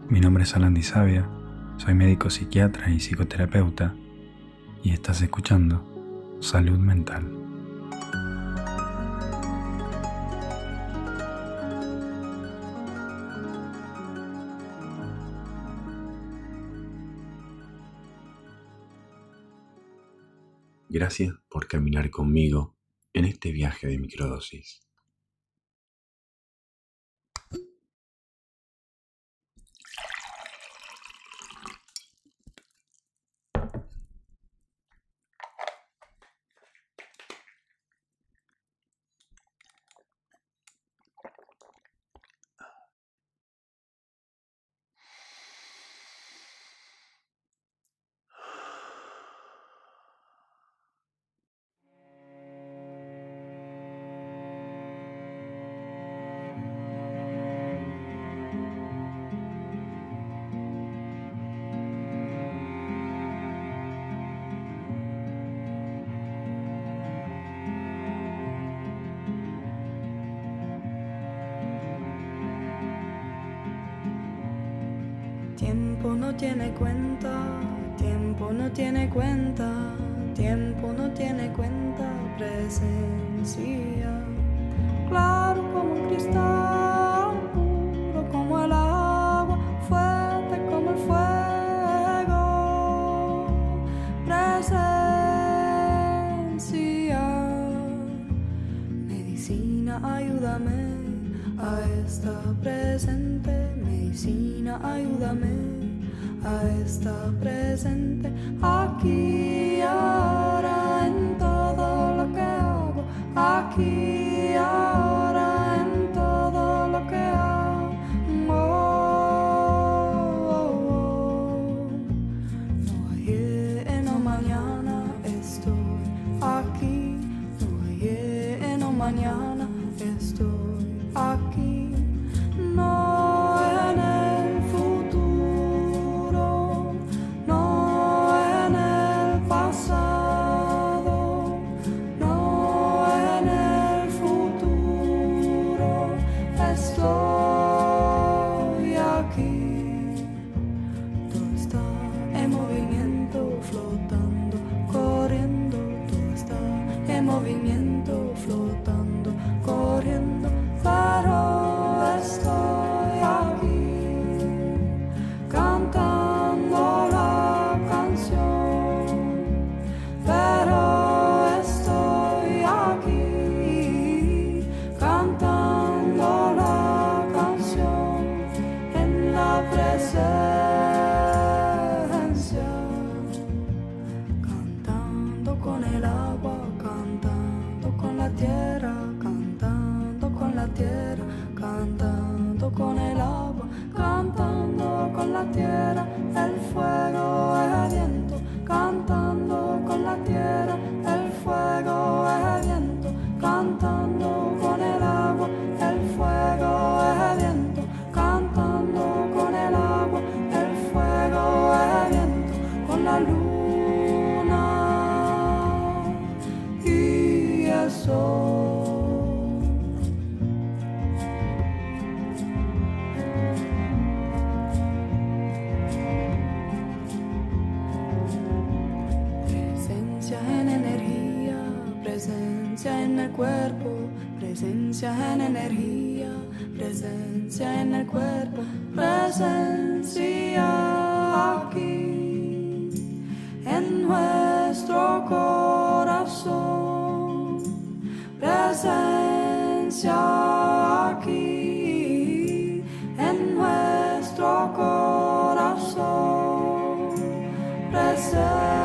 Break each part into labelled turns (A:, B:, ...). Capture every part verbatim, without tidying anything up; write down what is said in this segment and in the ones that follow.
A: Mi nombre es Alan Di Sabia, soy médico psiquiatra y psicoterapeuta y estás escuchando Salud Mental.
B: Gracias por caminar conmigo en este viaje de microdosis.
C: Tiempo no tiene cuenta, tiempo no tiene cuenta, tiempo no tiene cuenta, presencia. Claro como un cristal, puro como el agua, fuerte como el fuego, presencia. Medicina, ayúdame a estar presente. Medicina, ayúdame a estar presente aquí y ahora en todo lo que hago, aquí y ahora en todo lo que hago. Oh, oh, oh. No ayer, no mañana estoy aquí, no ayer, no mañana estoy aquí, no. Presencia en energía, presencia en el cuerpo, presencia aquí en nuestro corazón, presencia aquí en nuestro corazón, presencia.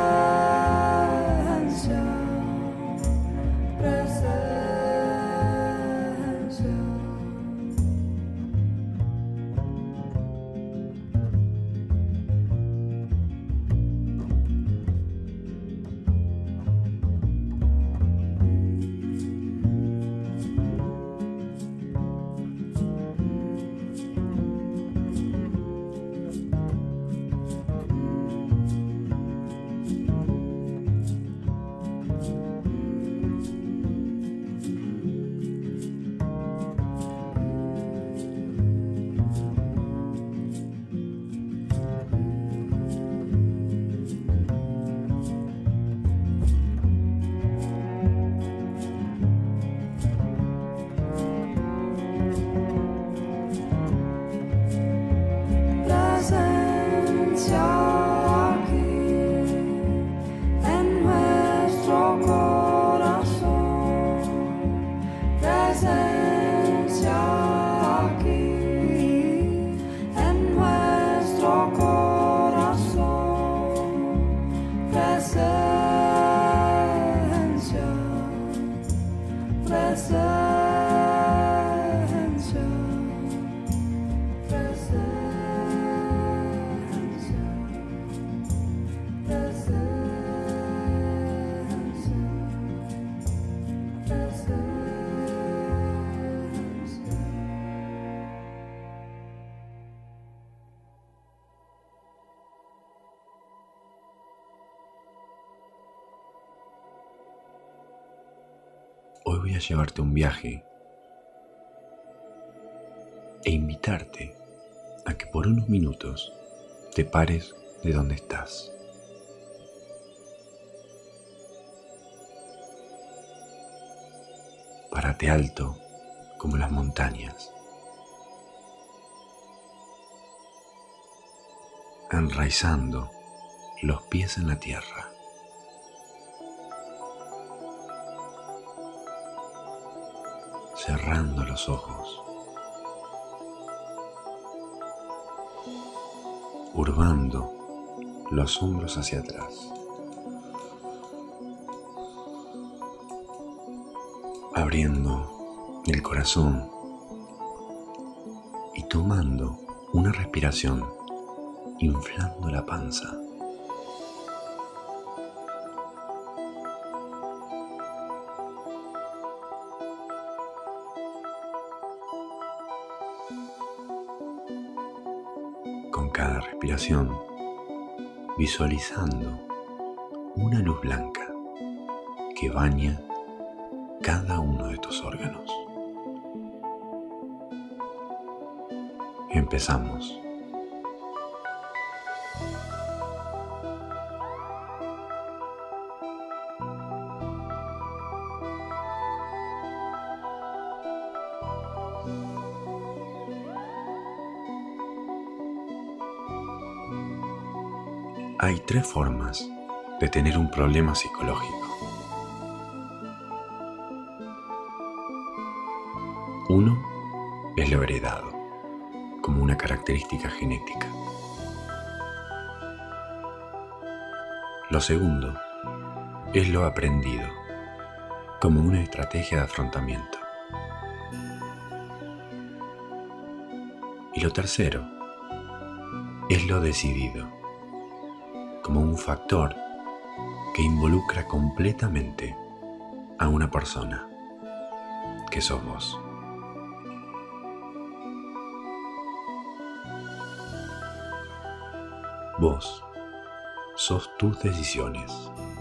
B: Hoy voy a llevarte un viaje e invitarte a que por unos minutos te pares de donde estás. Párate alto como las montañas, enraizando los pies en la tierra. Cerrando los ojos, curvando los hombros hacia atrás, abriendo el corazón y tomando una respiración, inflando la panza. Con cada respiración, visualizando una luz blanca que baña cada uno de tus órganos. Empezamos. Hay tres formas de tener un problema psicológico. Uno es lo heredado, como una característica genética. Lo segundo es lo aprendido, como una estrategia de afrontamiento. Y lo tercero es lo decidido, como un factor que involucra completamente a una persona, que sos vos. Vos sos tus decisiones.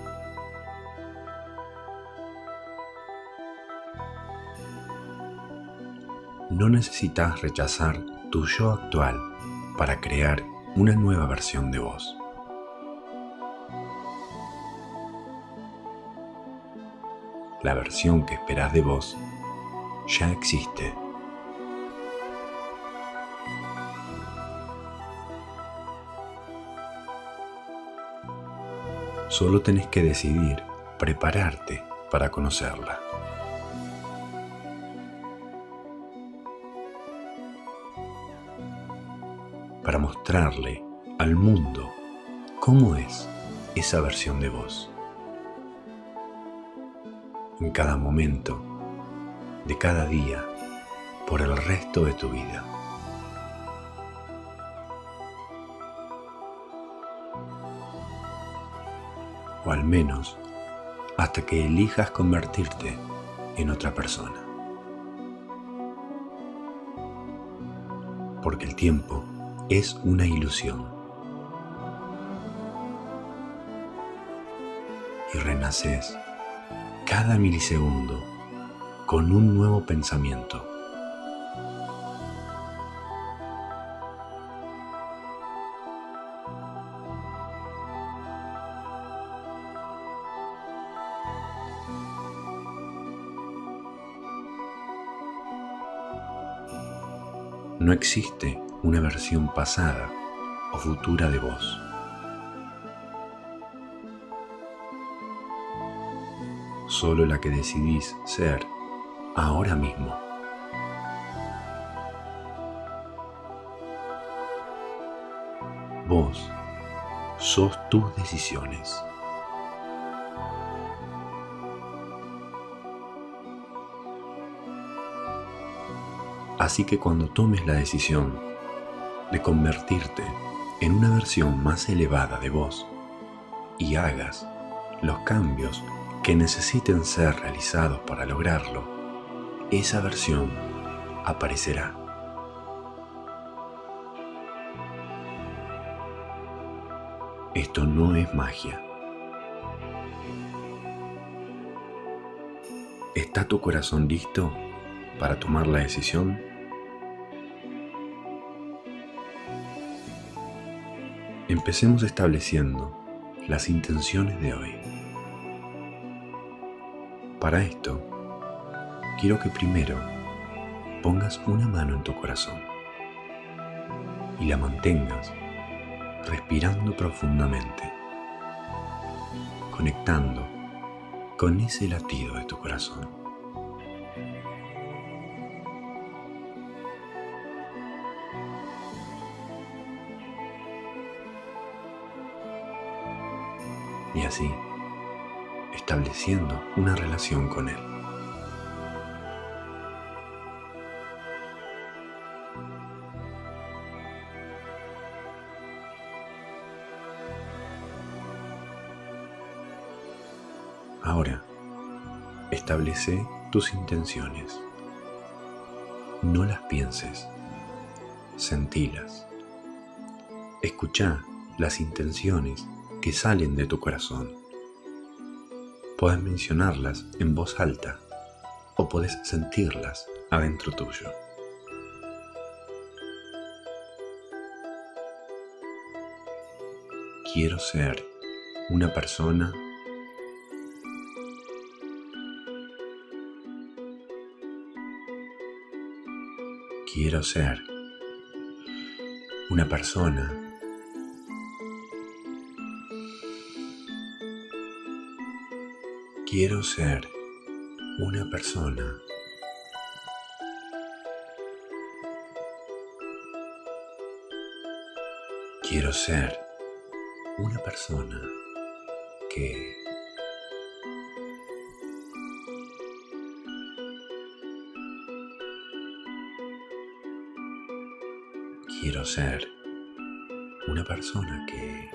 B: No necesitas rechazar tu yo actual para crear una nueva versión de vos. La versión que esperás de vos ya existe. Solo tenés que decidir prepararte para conocerla. Para mostrarle al mundo cómo es esa versión de vos. En cada momento, de cada día, por el resto de tu vida. O al menos hasta que elijas convertirte en otra persona. Porque el tiempo es una ilusión. Y renaces cada milisegundo con un nuevo pensamiento. No existe una versión pasada o futura de vos. Solo la que decidís ser ahora mismo. Vos sos tus decisiones. Así que cuando tomes la decisión de convertirte en una versión más elevada de vos y hagas los cambios que necesiten ser realizados para lograrlo, esa versión aparecerá. Esto no es magia. ¿Está tu corazón listo para tomar la decisión? Empecemos estableciendo las intenciones de hoy. Para esto, quiero que primero pongas una mano en tu corazón y la mantengas respirando profundamente, conectando con ese latido de tu corazón. Y así, estableciendo una relación con él. Ahora, establece tus intenciones. No las pienses, sentílas. Escucha las intenciones que salen de tu corazón. Puedes mencionarlas en voz alta o puedes sentirlas adentro tuyo. Quiero ser una persona Quiero ser una persona Quiero ser una persona Quiero ser una persona que Quiero ser una persona que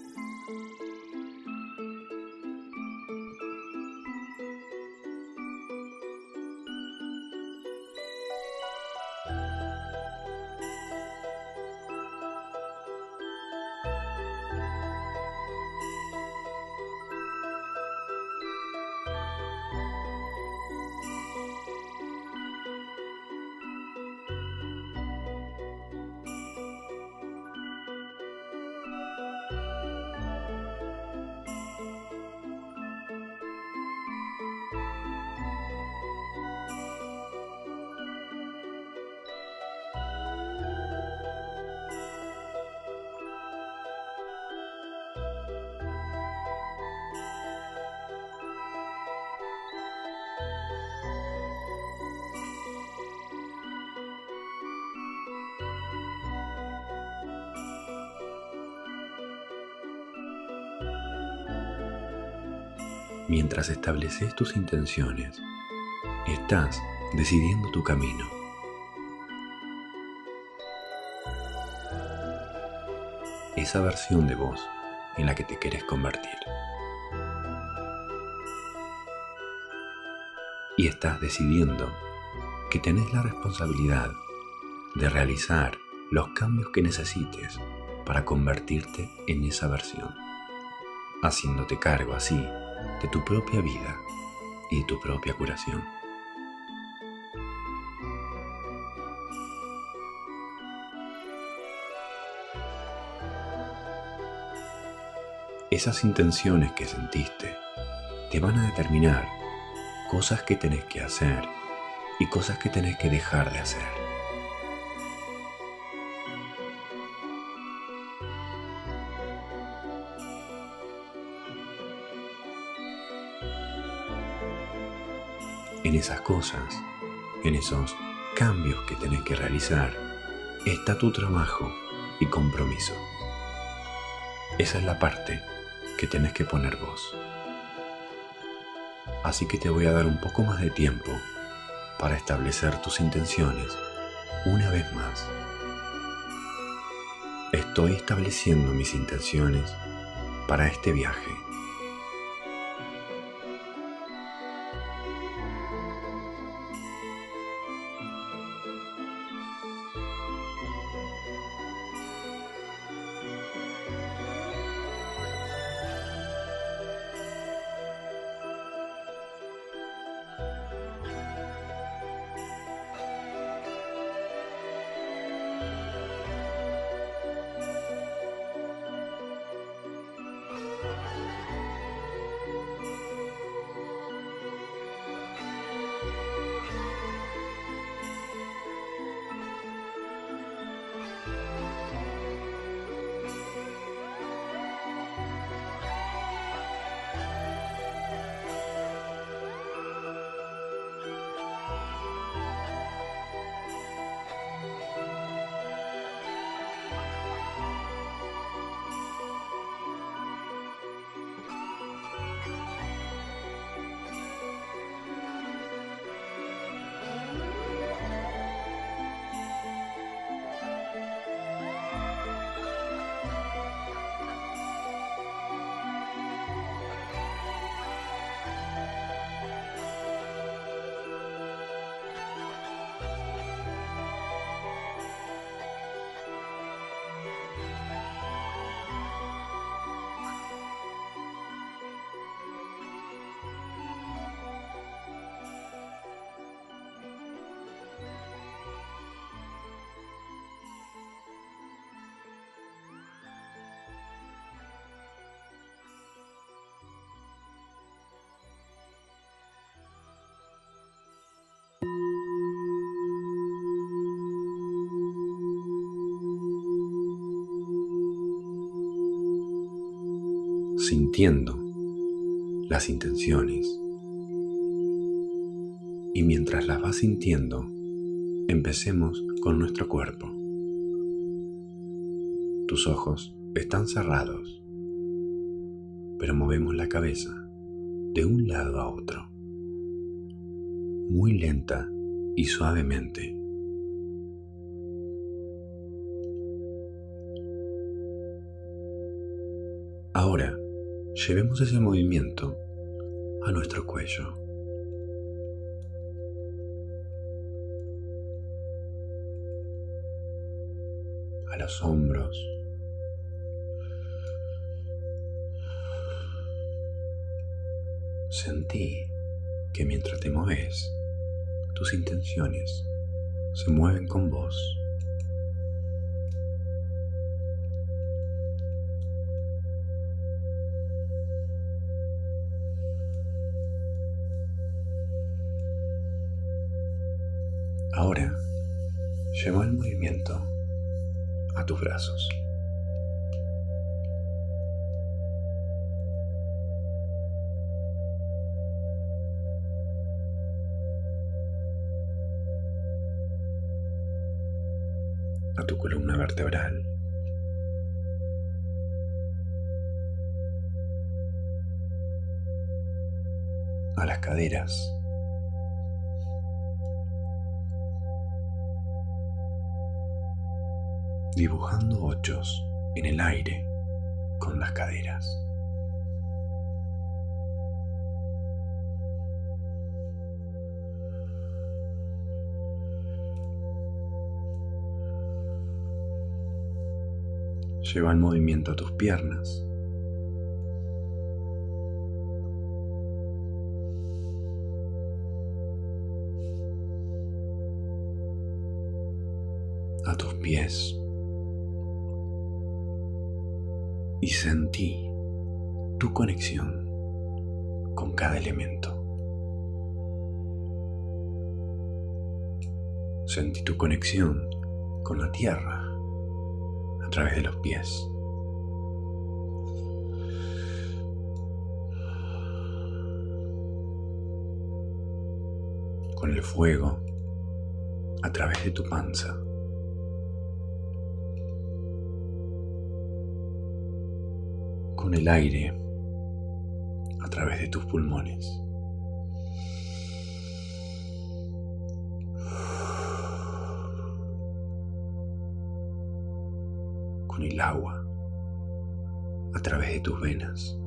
B: mientras estableces tus intenciones, estás decidiendo tu camino. Esa versión de vos en la que te querés convertir. Y estás decidiendo que tenés la responsabilidad de realizar los cambios que necesites para convertirte en esa versión, haciéndote cargo así de tu propia vida y de tu propia curación. Esas intenciones que sentiste te van a determinar cosas que tenés que hacer y cosas que tenés que dejar de hacer. En esas cosas, en esos cambios que tenés que realizar, está tu trabajo y compromiso. Esa es la parte que tenés que poner vos. Así que te voy a dar un poco más de tiempo para establecer tus intenciones una vez más. Estoy estableciendo mis intenciones para este viaje. sintiendo las intenciones. Y mientras las vas sintiendo, empecemos con nuestro cuerpo. Tus ojos están cerrados, pero movemos la cabeza de un lado a otro, muy lenta y suavemente. Ahora, llevemos ese movimiento a nuestro cuello. A los hombros. Sentí que mientras te mueves, tus intenciones se mueven con vos. Ahora, lleva el movimiento a tus brazos. A tu columna vertebral. A las caderas. Dibujando ochos en el aire con las caderas. Lleva el movimiento a tus piernas. A tus pies. Y sentí tu conexión con cada elemento. Sentí tu conexión con la tierra a través de los pies. Con el fuego a través de tu panza. Con el aire a través de tus pulmones. Con el agua a través de tus venas.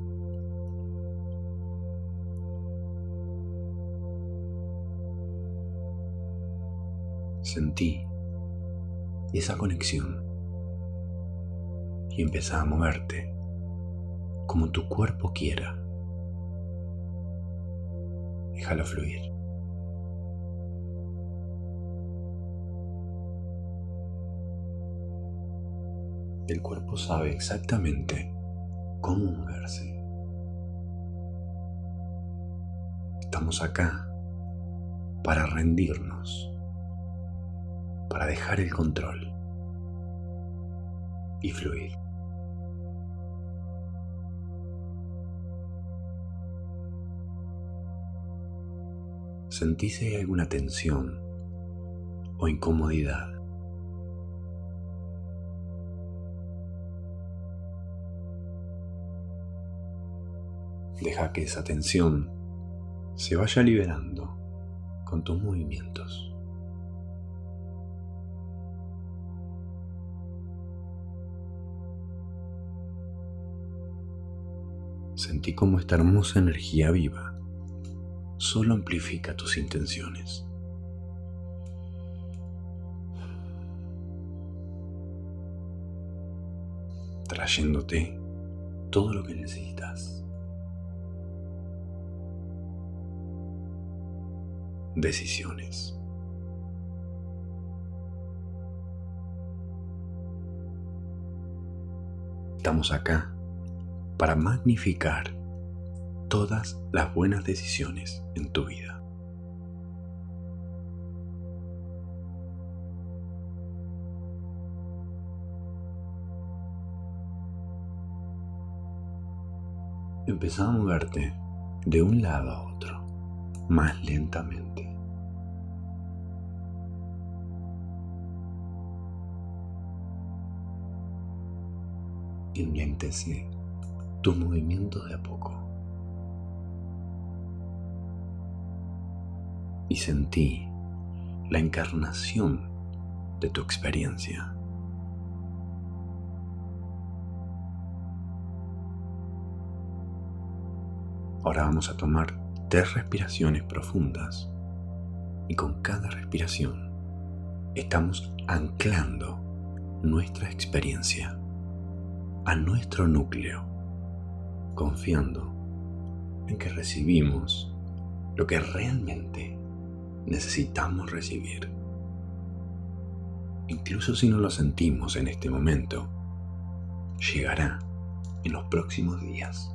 B: Sentí esa conexión y empezá a moverte como tu cuerpo quiera. Déjalo fluir. El cuerpo sabe exactamente cómo moverse. Estamos acá para rendirnos, para dejar el control y fluir. ¿Sentís si hay alguna tensión o incomodidad? Deja que esa tensión se vaya liberando con tus movimientos. Sentí cómo esta hermosa energía viva solo amplifica tus intenciones. Trayéndote todo lo que necesitas. Decisiones. Estamos acá para magnificar todas las buenas decisiones en tu vida. Empezá a moverte de un lado a otro, más lentamente. Enlentece tus movimientos de a poco y sentí la encarnación de tu experiencia. Ahora vamos a tomar tres respiraciones profundas y con cada respiración estamos anclando nuestra experiencia a nuestro núcleo, confiando en que recibimos lo que realmente necesitamos recibir. Incluso si no lo sentimos en este momento, llegará en los próximos días.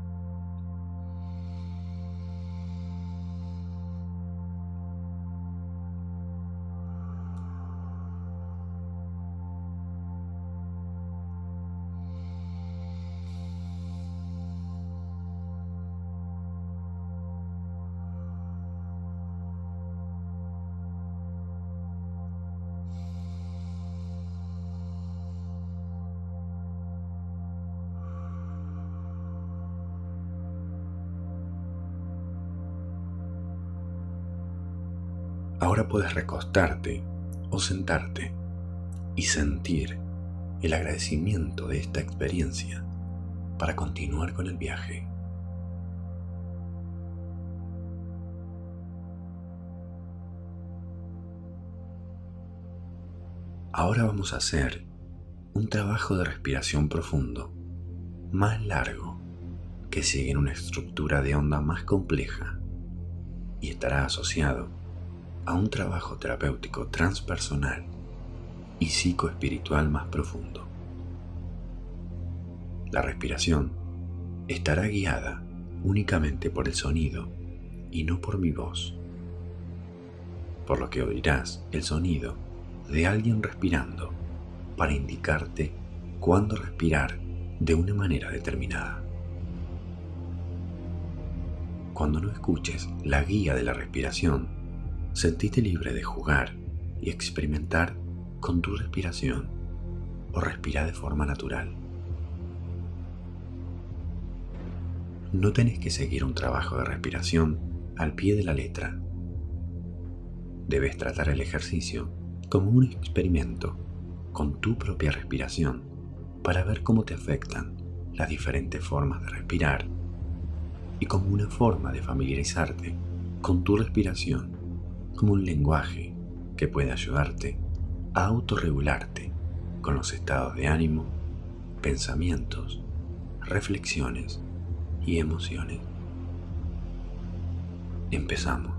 B: Ahora puedes recostarte o sentarte y sentir el agradecimiento de esta experiencia para continuar con el viaje. Ahora vamos a hacer un trabajo de respiración profundo, más largo, que sigue en una estructura de onda más compleja y estará asociado a un trabajo terapéutico transpersonal y psicoespiritual más profundo. La respiración estará guiada únicamente por el sonido y no por mi voz, por lo que oirás el sonido de alguien respirando para indicarte cuándo respirar de una manera determinada. Cuando no escuches la guía de la respiración, sentite libre de jugar y experimentar con tu respiración o respirar de forma natural. No tenés que seguir un trabajo de respiración al pie de la letra. Debes tratar el ejercicio como un experimento con tu propia respiración para ver cómo te afectan las diferentes formas de respirar y como una forma de familiarizarte con tu respiración como un lenguaje que puede ayudarte a autorregularte con los estados de ánimo, pensamientos, reflexiones y emociones. Empezamos.